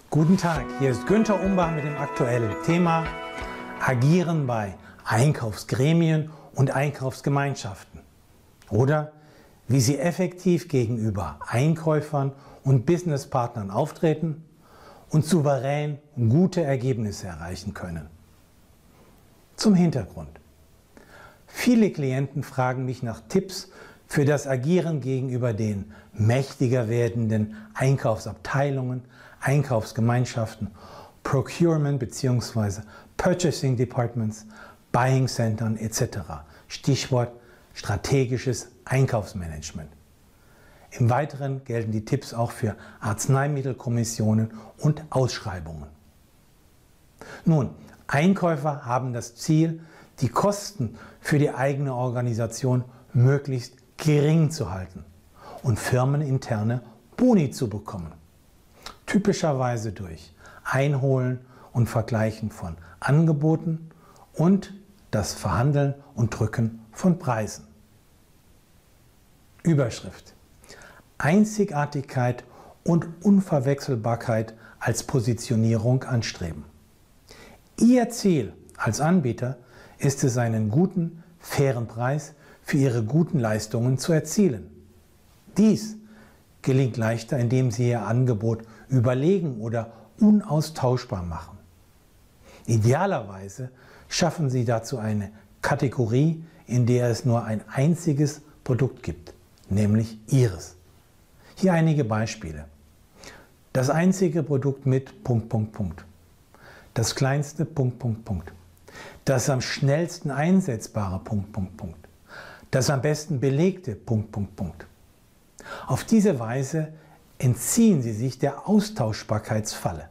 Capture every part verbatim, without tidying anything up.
Guten Tag, hier ist Günther Umbach mit dem aktuellen Thema Agieren bei Einkaufsgremien und Einkaufsgemeinschaften oder wie Sie effektiv gegenüber Einkäufern und Businesspartnern auftreten und souverän gute Ergebnisse erreichen können. Zum Hintergrund. Viele Klienten fragen mich nach Tipps für das Agieren gegenüber den mächtiger werdenden Einkaufsabteilungen, Einkaufsgemeinschaften, Procurement bzw. Purchasing Departments, Buying Centern et cetera. Stichwort strategisches Einkaufsmanagement. Im Weiteren gelten die Tipps auch für Arzneimittelkommissionen und Ausschreibungen. Nun, Einkäufer haben das Ziel, die Kosten für die eigene Organisation möglichst gering zu halten und firmeninterne Boni zu bekommen. Typischerweise durch Einholen und Vergleichen von Angeboten und das Verhandeln und Drücken von Preisen. Überschrift: Einzigartigkeit und Unverwechselbarkeit als Positionierung anstreben. Ihr Ziel als Anbieter ist es, einen guten, fairen Preis für Ihre guten Leistungen zu erzielen. Dies gelingt leichter, indem Sie Ihr Angebot überlegen oder unaustauschbar machen. Idealerweise schaffen Sie dazu eine Kategorie, in der es nur ein einziges Produkt gibt, nämlich Ihres. Hier einige Beispiele. Das einzige Produkt mit Punkt, Punkt, Punkt. Das kleinste Punkt, Punkt, Punkt. Das am schnellsten einsetzbare Punkt, Punkt, Punkt. Das am besten belegte Punkt, Punkt, Punkt. Auf diese Weise entziehen Sie sich der Austauschbarkeitsfalle.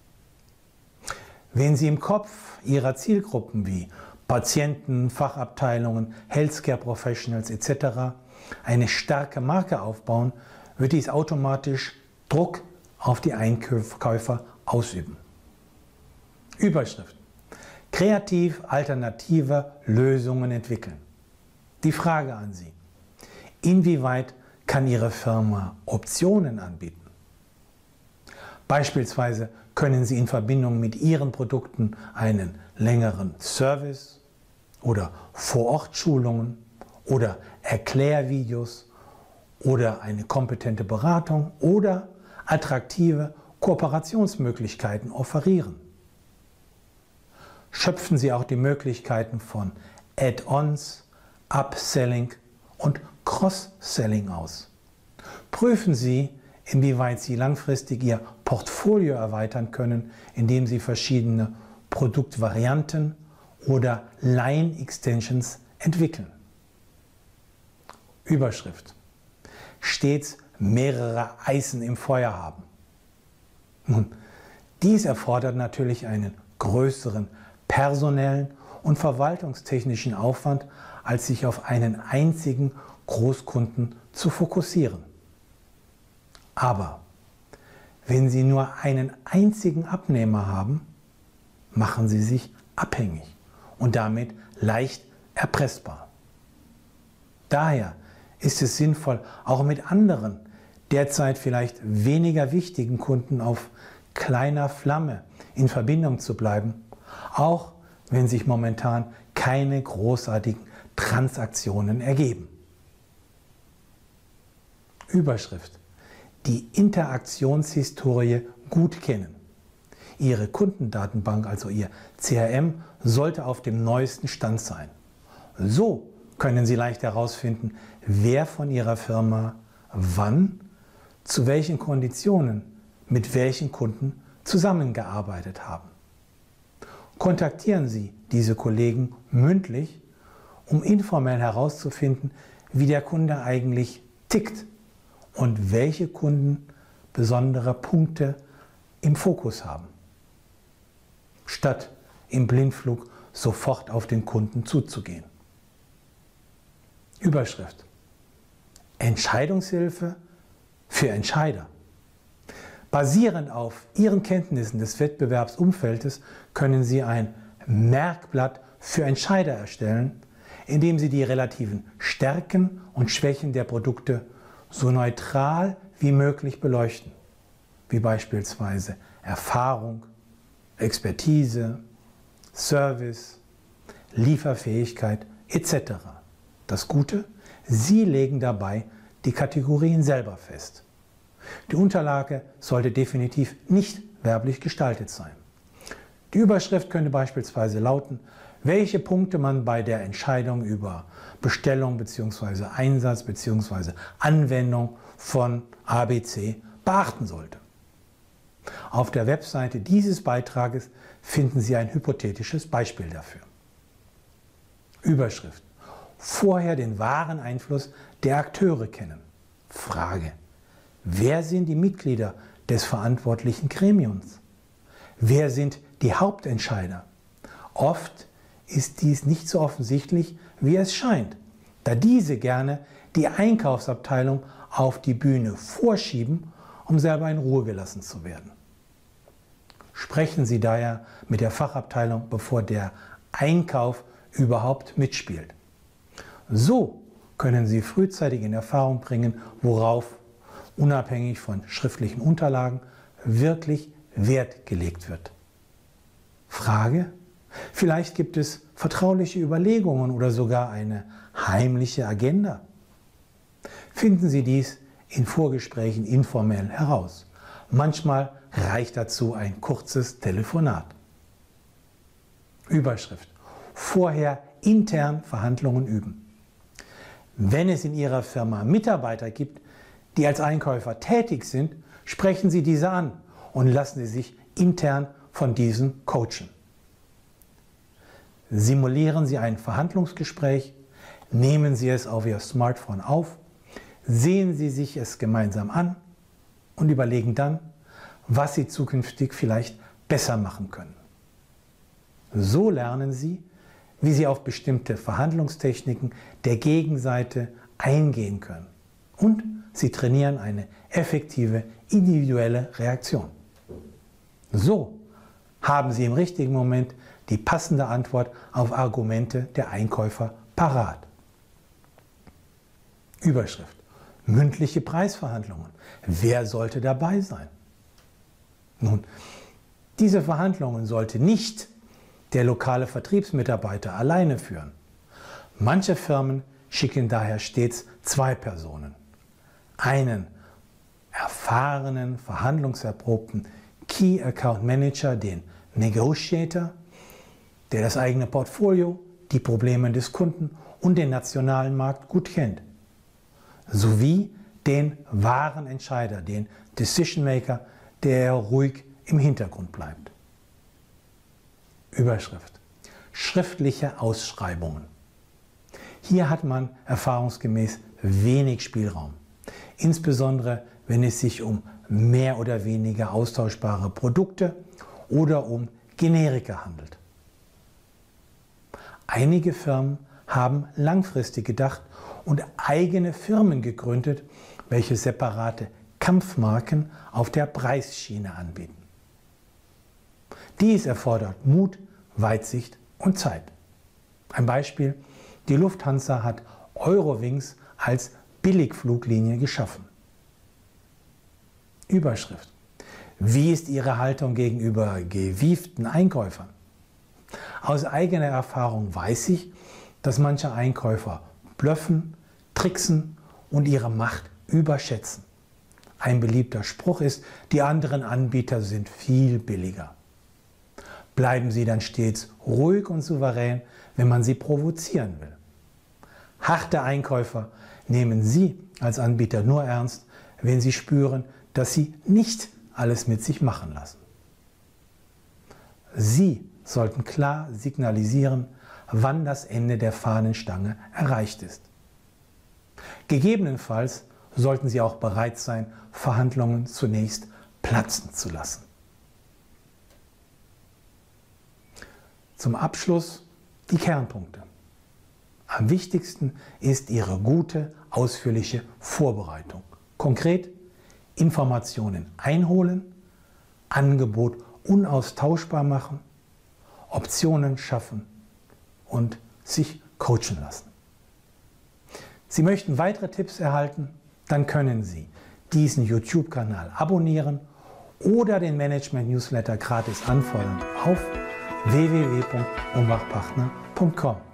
Wenn Sie im Kopf Ihrer Zielgruppen wie Patienten, Fachabteilungen, Healthcare Professionals et cetera eine starke Marke aufbauen, wird dies automatisch Druck auf die Einkäufer ausüben. Überschrift: Kreativ alternative Lösungen entwickeln. Die Frage an Sie: Inwieweit kann Ihre Firma Optionen anbieten? Beispielsweise können Sie in Verbindung mit Ihren Produkten einen längeren Service oder Vor-Ort-Schulungen oder Erklärvideos oder eine kompetente Beratung oder attraktive Kooperationsmöglichkeiten offerieren. Schöpfen Sie auch die Möglichkeiten von Add-ons, Upselling und Cross-Selling aus. Prüfen Sie, inwieweit Sie langfristig Ihr Portfolio erweitern können, indem Sie verschiedene Produktvarianten oder Line-Extensions entwickeln. Überschrift: Stets mehrere Eisen im Feuer haben. Nun, dies erfordert natürlich einen größeren personellen und verwaltungstechnischen Aufwand, als sich auf einen einzigen Großkunden zu fokussieren. Aber wenn Sie nur einen einzigen Abnehmer haben, machen Sie sich abhängig und damit leicht erpressbar. Daher ist es sinnvoll, auch mit anderen, derzeit vielleicht weniger wichtigen Kunden auf kleiner Flamme in Verbindung zu bleiben, auch wenn sich momentan keine großartigen Transaktionen ergeben. Überschrift: Die Interaktionshistorie gut kennen. Ihre Kundendatenbank, also Ihr C R M, sollte auf dem neuesten Stand sein. So können Sie leicht herausfinden, wer von Ihrer Firma wann, zu welchen Konditionen, mit welchen Kunden zusammengearbeitet haben. Kontaktieren Sie diese Kollegen mündlich, um informell herauszufinden, wie der Kunde eigentlich tickt und welche Kunden besondere Punkte im Fokus haben, statt im Blindflug sofort auf den Kunden zuzugehen. Überschrift: Entscheidungshilfe für Entscheider. Basierend auf Ihren Kenntnissen des Wettbewerbsumfeldes können Sie ein Merkblatt für Entscheider erstellen, indem Sie die relativen Stärken und Schwächen der Produkte so neutral wie möglich beleuchten, wie beispielsweise Erfahrung, Expertise, Service, Lieferfähigkeit et cetera. Das Gute, Sie legen dabei die Kategorien selber fest. Die Unterlage sollte definitiv nicht werblich gestaltet sein. Die Überschrift könnte beispielsweise lauten, welche Punkte man bei der Entscheidung über Bestellung bzw. Einsatz bzw. Anwendung von A B C beachten sollte. Auf der Webseite dieses Beitrages finden Sie ein hypothetisches Beispiel dafür. Überschrift: Vorher den wahren Einfluss der Akteure kennen. Frage: Wer sind die Mitglieder des verantwortlichen Gremiums? Wer sind die Hauptentscheider? Oft ist dies nicht so offensichtlich, wie es scheint, da diese gerne die Einkaufsabteilung auf die Bühne vorschieben, um selber in Ruhe gelassen zu werden. Sprechen Sie daher mit der Fachabteilung, bevor der Einkauf überhaupt mitspielt. So können Sie frühzeitig in Erfahrung bringen, worauf, unabhängig von schriftlichen Unterlagen, wirklich Wert gelegt wird. Frage: Vielleicht gibt es vertrauliche Überlegungen oder sogar eine heimliche Agenda. Finden Sie dies in Vorgesprächen informell heraus. Manchmal reicht dazu ein kurzes Telefonat. Überschrift: Vorher intern Verhandlungen üben. Wenn es in Ihrer Firma Mitarbeiter gibt, die als Einkäufer tätig sind, sprechen Sie diese an und lassen Sie sich intern von diesen coachen. Simulieren Sie ein Verhandlungsgespräch, nehmen Sie es auf Ihr Smartphone auf, sehen Sie sich es gemeinsam an und überlegen dann, was Sie zukünftig vielleicht besser machen können. So lernen Sie, wie Sie auf bestimmte Verhandlungstechniken der Gegenseite eingehen können. Und Sie trainieren eine effektive individuelle Reaktion. So haben Sie im richtigen Moment die passende Antwort auf Argumente der Einkäufer parat. Überschrift: Mündliche Preisverhandlungen. Wer sollte dabei sein? Nun, diese Verhandlungen sollte nicht der lokale Vertriebsmitarbeiter alleine führen. Manche Firmen schicken daher stets zwei Personen. Einen erfahrenen, verhandlungserprobten Key Account Manager, den Negotiator, der das eigene Portfolio, die Probleme des Kunden und den nationalen Markt gut kennt, sowie den wahren Entscheider, den Decision Maker, der ruhig im Hintergrund bleibt. Überschrift: Schriftliche Ausschreibungen. Hier hat man erfahrungsgemäß wenig Spielraum, insbesondere wenn es sich um mehr oder weniger austauschbare Produkte oder um Generika handelt. Einige Firmen haben langfristig gedacht und eigene Firmen gegründet, welche separate Kampfmarken auf der Preisschiene anbieten. Dies erfordert Mut, Weitsicht und Zeit. Ein Beispiel: Die Lufthansa hat Eurowings als Billigfluglinie geschaffen. Überschrift: Wie ist Ihre Haltung gegenüber gewieften Einkäufern? Aus eigener Erfahrung weiß ich, dass manche Einkäufer bluffen, tricksen und ihre Macht überschätzen. Ein beliebter Spruch ist, die anderen Anbieter sind viel billiger. Bleiben Sie dann stets ruhig und souverän, wenn man Sie provozieren will. Harte Einkäufer nehmen Sie als Anbieter nur ernst, wenn sie spüren, dass Sie nicht alles mit sich machen lassen. Sie sollten klar signalisieren, wann das Ende der Fahnenstange erreicht ist. Gegebenenfalls sollten Sie auch bereit sein, Verhandlungen zunächst platzen zu lassen. Zum Abschluss die Kernpunkte. Am wichtigsten ist Ihre gute, ausführliche Vorbereitung. Konkret: Informationen einholen, Angebot unaustauschbar machen, Optionen schaffen und sich coachen lassen. Sie möchten weitere Tipps erhalten? Dann können Sie diesen YouTube-Kanal abonnieren oder den Management-Newsletter gratis anfordern auf w w w punkt umbachpartner punkt com.